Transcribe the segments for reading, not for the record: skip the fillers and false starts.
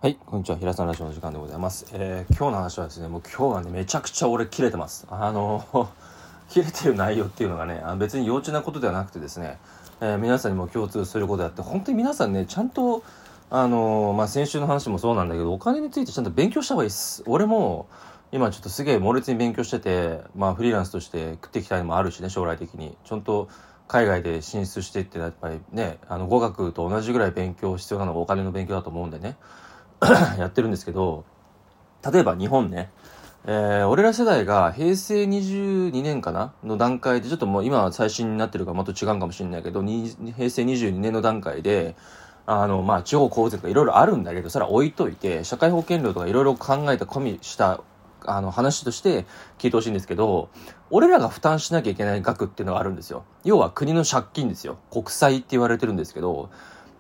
はい、こんにちは。平さんラジオの時間でございます。今日の話はですね、もう今日はね、めちゃくちゃ俺切れてます。切れてる内容っていうのがね、別に幼稚なことではなくてですね、皆さんにも共通することであって、本当に皆さんね、ちゃんと、先週の話もそうなんだけど、お金についてちゃんと勉強した方がいいです。俺も、今ちょっとすげえ猛烈に勉強してて、フリーランスとして食っていきたいのもあるしね、将来的に。ちゃんと、海外で進出していってやっぱりね、語学と同じぐらい勉強必要なのがお金の勉強だと思うんでね。やってるんですけど、例えば日本ね、俺ら世代が平成22年かなの段階で、ちょっともう今は最新になってるからもっと違うかもしれないけど、平成22年の段階で、地方公税とかいろいろあるんだけど、それは置いといて、社会保険料とかいろいろ考えた込みした、話として聞いてほしいんですけど、俺らが負担しなきゃいけない額っていうのがあるんですよ。要は国の借金ですよ。国債って言われてるんですけど、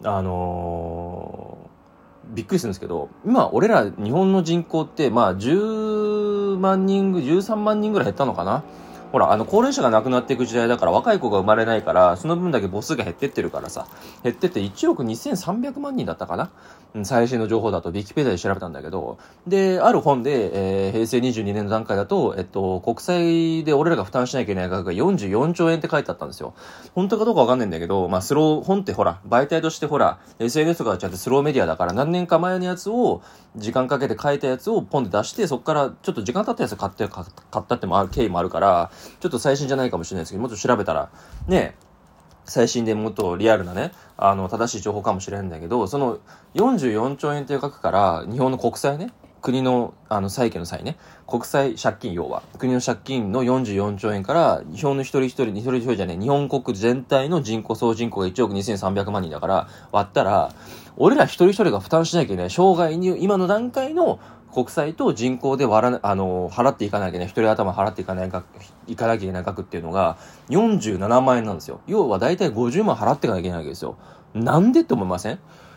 びっくりするんですけど、今俺ら日本の人口って10万人13万人ぐらい減ったのかな。ほら、高齢者が亡くなっていく時代だから若い子が生まれないから、その分だけ母数が減ってってるからさ、減ってて1億2300万人だったかな。最新の情報だとウィキペディアで調べたんだけど、で、ある本で、平成22年の段階だと、国債で俺らが負担しなきゃいけない額が44兆円って書いてあったんですよ。本当かどうかわかんないんだけど、本ってほら、媒体としてほら、SNS とかちゃんとスローメディアだから何年か前のやつを、時間かけて書いたやつをポンで出して、そこからちょっと時間経ったやつ買ったってもある経緯もあるから、ちょっと最新じゃないかもしれないですけど、もっと調べたら、ね、最新でもっとリアルなね、正しい情報かもしれないんだけど、その44兆円という額から、日本の国債ね、国の、債券の際ね、国債借金要は、国の借金の44兆円から、日本の一人一人じゃね、日本国全体の総人口が1億2300万人だから、割ったら、俺ら一人一人が負担しなきゃいけない、生涯に、今の段階の国債と人口で払っていかなきゃいけない、一人頭払っていかなきゃいけない額っていうのが47万円なんですよ。要はだいたい50万払っていかなきゃいけないわけですよ。なんでって思いません？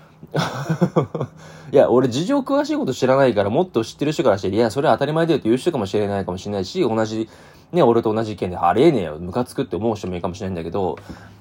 いや、俺事情詳しいこと知らないから、もっと知ってる人からして、いや、それは当たり前だよって言う人かもしれないし、同じ、ね、俺と同じ意見で、ありえねえよ、ムカつくって思う人もいいかもしれないんだけど、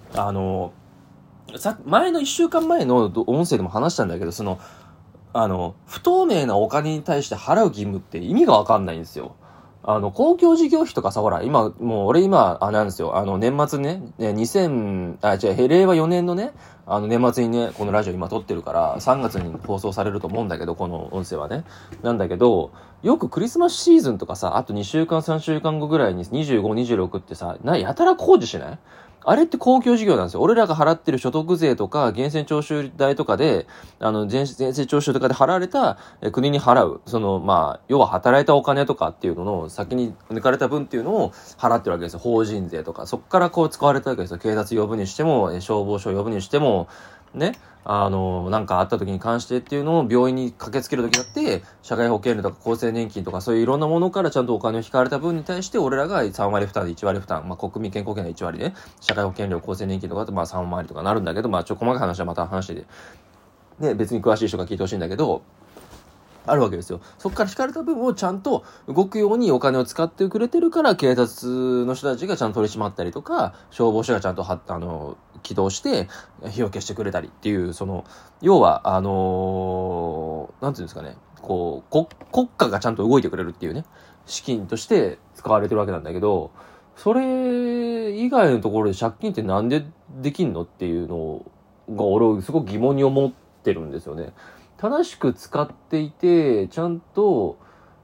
前の1週間前の音声でも話したんだけど、不透明なお金に対して払う義務って意味がわかんないんですよ。公共事業費とかさ、ほら、俺なんですよ。年末ね、令和4年のね、年末にね、このラジオ今撮ってるから、3月に放送されると思うんだけど、この音声はね。なんだけど、よくクリスマスシーズンとかさ、あと2週間、3週間後ぐらいに25、26ってさ、やたら工事しない？あれって公共事業なんですよ。俺らが払ってる所得税とか、源泉徴収代とかで、税制徴収とかで払われた、国に払う。要は働いたお金とかっていうのの、先に抜かれた分っていうのを払ってるわけですよ。法人税とか。そっからこう使われたわけですよ。警察呼ぶにしても、消防署呼ぶにしても、ね。なんかあった時に関してっていうのを病院に駆けつける時だって、社会保険料とか厚生年金とかそういういろんなものからちゃんとお金を引かれた分に対して、俺らが3割負担で1割負担、国民健康保険の1割ね、社会保険料、厚生年金とかだと3割とかなるんだけど、細かい話はまた話で、ね、別に詳しい人が聞いてほしいんだけど、あるわけですよ。そこから引かれた分をちゃんと動くようにお金を使ってくれてるから、警察の人たちがちゃんと取り締まったりとか、消防署がちゃんと起動して火を消してくれたりっていう、要は、なんていうんですかね、国家がちゃんと動いてくれるっていうね、資金として使われてるわけなんだけど、それ以外のところで借金ってなんでできんのっていうのが、俺すごく疑問に思ってるんですよね。正しく使っていて、ちゃんと、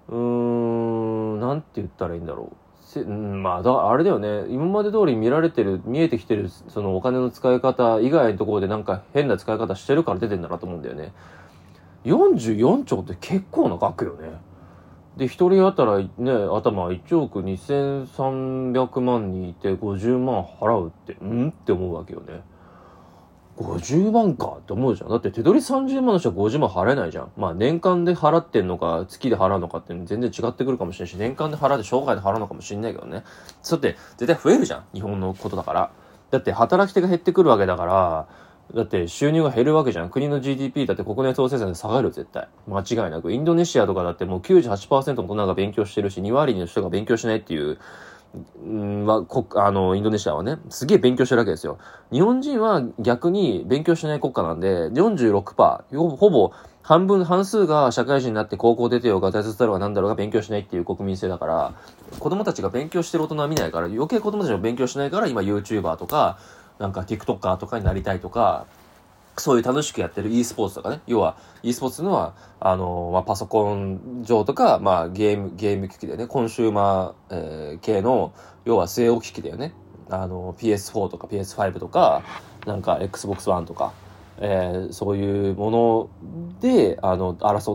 なんて言ったらいいんだろう。あれだよね。今まで通り見えてきてる、そのお金の使い方以外のところでなんか変な使い方してるから出てんだなと思うんだよね。44兆って結構な額よね。で、一人当たりね、1億2300万人いて50万払うって、って思うわけよね。50万かって思うじゃん。だって手取り30万の人は50万払えないじゃん。年間で払ってんのか、月で払うのかって全然違ってくるかもしれないし、年間で払って生涯で払うのかもしれないけどね。そって絶対増えるじゃん。日本のことだから。だって働き手が減ってくるわけだから、だって収入が減るわけじゃん。国の GDP だって国内総生産で下がる絶対。間違いなく。インドネシアとかだってもう 98% の大人が勉強してるし、2割の人が勉強しないっていう、インドネシアはね、すげえ勉強してるわけですよ。日本人は逆に勉強しない国家なんで、46%、ほぼ半数が社会人になって高校出てようが大卒だろうがなんだろうが勉強しないっていう国民性だから、子供たちが勉強してる大人は見ないから、余計子供たちが勉強しないから今 YouTuber とか、なんか TikToker とかになりたいとか、そういう楽しくやってる e スポーツとかね。要は e スポーツというのは、パソコン上とか、ゲーム機器でね、コンシューマー、系の、要は据え置き機器だよね。PS4 とか PS5 とか、なんか Xbox One とか、そういうもので、争って、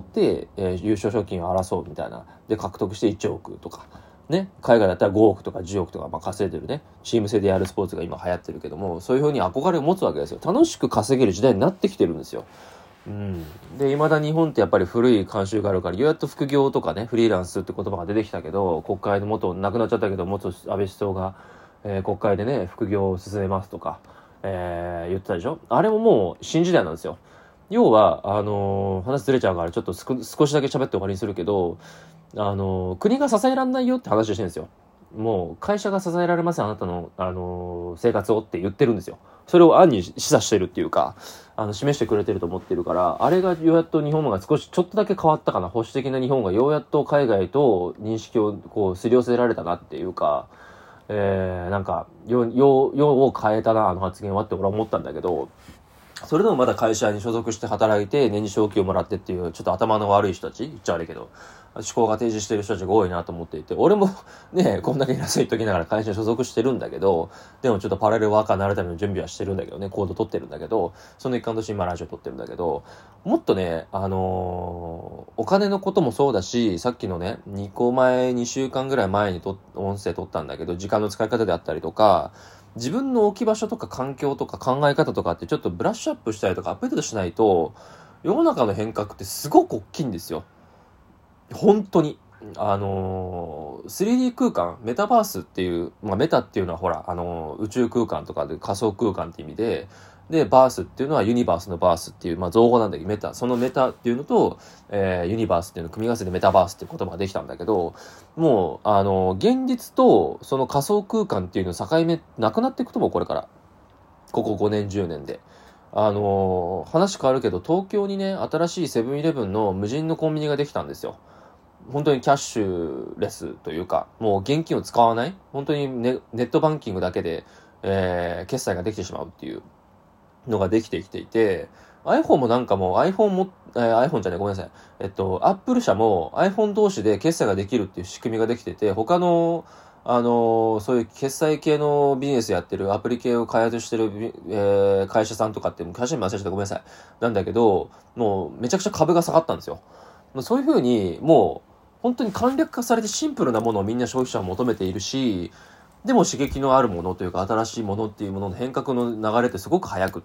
優勝賞金を争うみたいな。で、獲得して1億とか。ね、海外だったら5億とか10億とか稼いでるね、チーム制でやるスポーツが今流行ってるけども、そういう風に憧れを持つわけですよ。楽しく稼げる時代になってきてるんですよ。で、未だ日本ってやっぱり古い慣習があるから、ようやっと副業とかね、フリーランスって言葉が出てきたけど、国会の元、亡くなっちゃったけど、元安倍首相が、国会でね、副業を進めますとか、言ってたでしょ。あれももう新時代なんですよ。要は、話ずれちゃうから、ちょっと少しだけ喋って終わりにするけど、国が支えられないよって話をしてるんですよ。もう、会社が支えられません、あなたの、生活をって言ってるんですよ。それを暗に示唆してるっていうか、示してくれてると思ってるから、あれがようやっと日本がちょっとだけ変わったかな。保守的な日本がようやっと海外と認識をこう、すり寄せられたなっていうか、なんか、世を変えたな、あの発言はって俺は思ったんだけど、それでもまだ会社に所属して働いて年次昇給をもらってっていうちょっと頭の悪い人たち、言っちゃ悪いけど、思考が提示してる人たちが多いなと思っていて、俺もね、こんだけ安い言っときながら会社に所属してるんだけど、でもちょっとパラレルワーカーになるための準備はしてるんだけどね、コード取ってるんだけど、その一環として今ラジオ取ってるんだけど、もっとね、お金のこともそうだし、さっきのね、2週間ぐらい前に音声取ったんだけど、時間の使い方であったりとか、自分の置き場所とか環境とか考え方とかってちょっとブラッシュアップしたりとかアップデートしないと、世の中の変革ってすごく大きいんですよ。本当に。3D 空間、メタバースっていう、メタっていうのはほら、宇宙空間とかで仮想空間って意味で、で、バースっていうのはユニバースのバースっていう、造語なんだけど、そのメタっていうのと、ユニバースっていうのを組み合わせてメタバースっていう言葉ができたんだけど、もう、現実とその仮想空間っていうの境目なくなっていくと思う、これから。ここ5年、10年で。話変わるけど、東京にね、新しいセブンイレブンの無人のコンビニができたんですよ。本当にキャッシュレスというか、もう現金を使わない、本当にネットバンキングだけで、決済ができてしまうっていうのができてきていて、iPhone もなんかもう iPhone じゃない、ごめんなさい。Apple 社も iPhone 同士で決済ができるっていう仕組みができてて、他のそういう決済系のビジネスやってるアプリ系を開発してる、会社さんとかって、会社にも忘れちゃったごめんなさい。なんだけど、もうめちゃくちゃ株が下がったんですよ。そういう風に、もう、本当に簡略化されてシンプルなものをみんな消費者は求めているし、でも刺激のあるものというか新しいものっていうものの変革の流れってすごく早くって、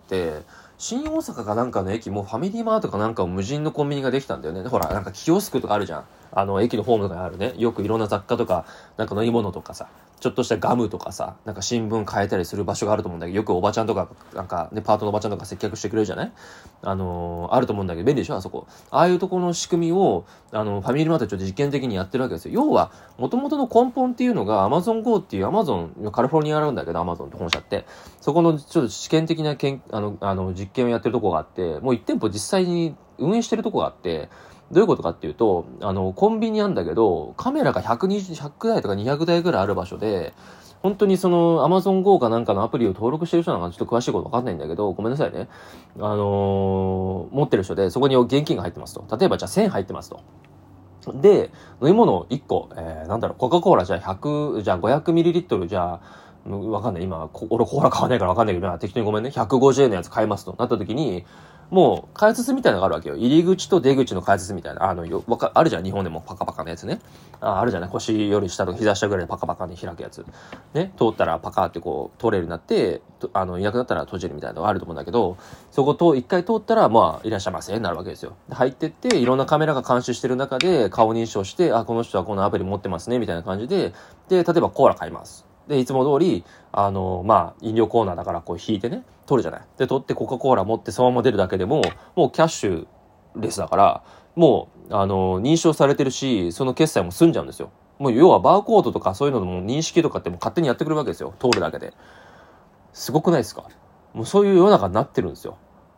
新大阪かなんかの駅もファミリーマートかなんか無人のコンビニができたんだよね。ほら、なんかキオスクとかあるじゃん。駅のホームとかにあるね。よくいろんな雑貨とか、なんか飲み物とかさ、ちょっとしたガムとかさ、なんか新聞変えたりする場所があると思うんだけど、よくおばちゃんとか、なんかね、パートのおばちゃんとか接客してくれるじゃない。あると思うんだけど、便利でしょあそこ。ああいうところの仕組みを、ファミリーマートちょっと実験的にやってるわけですよ。要は、元々の根本っていうのが Amazon Go っていう Amazon、カリフォルニアあるんだけど、Amazon って本社って。そこのちょっと試験的な実験をやってるとこがあって、もう1店舗実際に運営してるとこがあって、どういうことかっていうと、コンビニなんだけど、カメラが100台とか200台ぐらいある場所で、本当にその Amazon Go かなんかのアプリを登録してる人なんかちょっと詳しいことわかんないんだけど、ごめんなさいね。持ってる人で、そこに現金が入ってますと。例えばじゃあ1000入ってますと。で、飲み物1個、コカ・コーラじゃあ500ミリリットルじゃあ、わかんない。今、俺コーラ買わないからわかんないけど、適当にごめんね。150円のやつ買いますとなった時に、もう、開筒みたいなのがあるわけよ。入り口と出口の開筒みたいな。あるじゃん。日本でもパカパカのやつね。あるじゃない。腰より下とか膝下ぐらいでパカパカに開くやつ。ね。通ったらパカってこう、通れるようになって、いなくなったら閉じるみたいなのがあると思うんだけど、そこと一回通ったら、いらっしゃいませになるわけですよ。入ってって、いろんなカメラが監視してる中で、顔認証して、この人はこのアプリ持ってますね、みたいな感じで、で、例えばコーラ買います。で、いつも通り、飲料コーナーだからこう引いてね、取るじゃない。で、取ってコカ・コーラ持ってそのまま出るだけでも、もうキャッシュレスだから、もう、認証されてるし、その決済も済んじゃうんですよ。もう要はバーコードとかそういうのも認識とかってもう勝手にやってくるわけですよ。通るだけで。すごくないですか？もうそういう世の中になってるんですよ。で、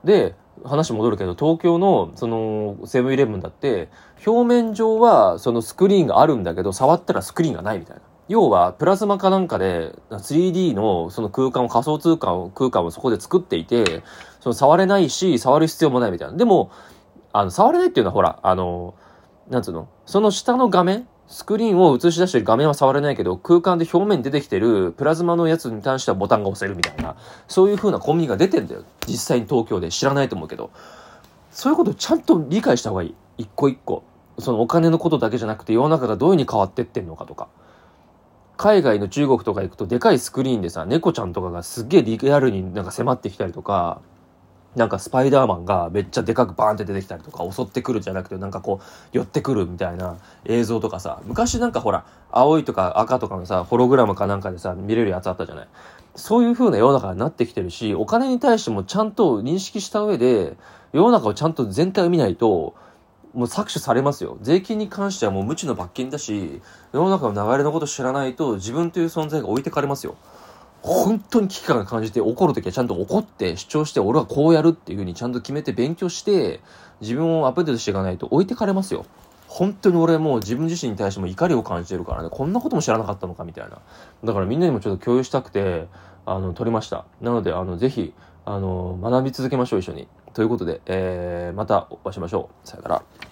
話戻るけど、東京のそのセブンイレブンだって表面上はそのスクリーンがあるんだけど、触ったらスクリーンがないみたいな。要はプラズマかなんかで 3D のその空間を、仮想空間をそこで作っていて、その触れないし触る必要もないみたいな。でも触れないっていうのはほら、なんつうの、その下の画面、スクリーンを映し出してる画面は触れないけど、空間で表面に出てきてるプラズマのやつに関してはボタンが押せるみたいな、そういう風なコンビニが出てんだよ。実際に東京で。知らないと思うけど。そういうことをちゃんと理解した方がいい。一個一個。そのお金のことだけじゃなくて、世の中がどういう風に変わってってんのかとか。海外の中国とか行くと、でかいスクリーンでさ、猫ちゃんとかがすっげえリアルになんか迫ってきたりとか、なんかスパイダーマンがめっちゃでかくバーンって出てきたりとか、襲ってくるんじゃなくて、なんかこう、寄ってくるみたいな映像とかさ、昔なんかほら、青いとか赤とかのさ、ホログラムかなんかでさ、見れるやつあったじゃない。そういう風な世の中になってきてるし、お金に対してもちゃんと認識した上で、世の中をちゃんと全体を見ないと、もう搾取されますよ。税金に関してはもう無知の罰金だし、世の中の流れのこと知らないと、自分という存在が置いてかれますよ。本当に危機感を感じて怒るときはちゃんと怒って主張して、俺はこうやるっていう風にちゃんと決めて勉強して、自分をアップデートしていかないと置いてかれますよ。本当に俺もう自分自身に対しても怒りを感じてるからね、こんなことも知らなかったのかみたいな。だからみんなにもちょっと共有したくて、撮りました。なので、ぜひ、学び続けましょう、一緒に。ということで、またお会いしましょう。さよなら。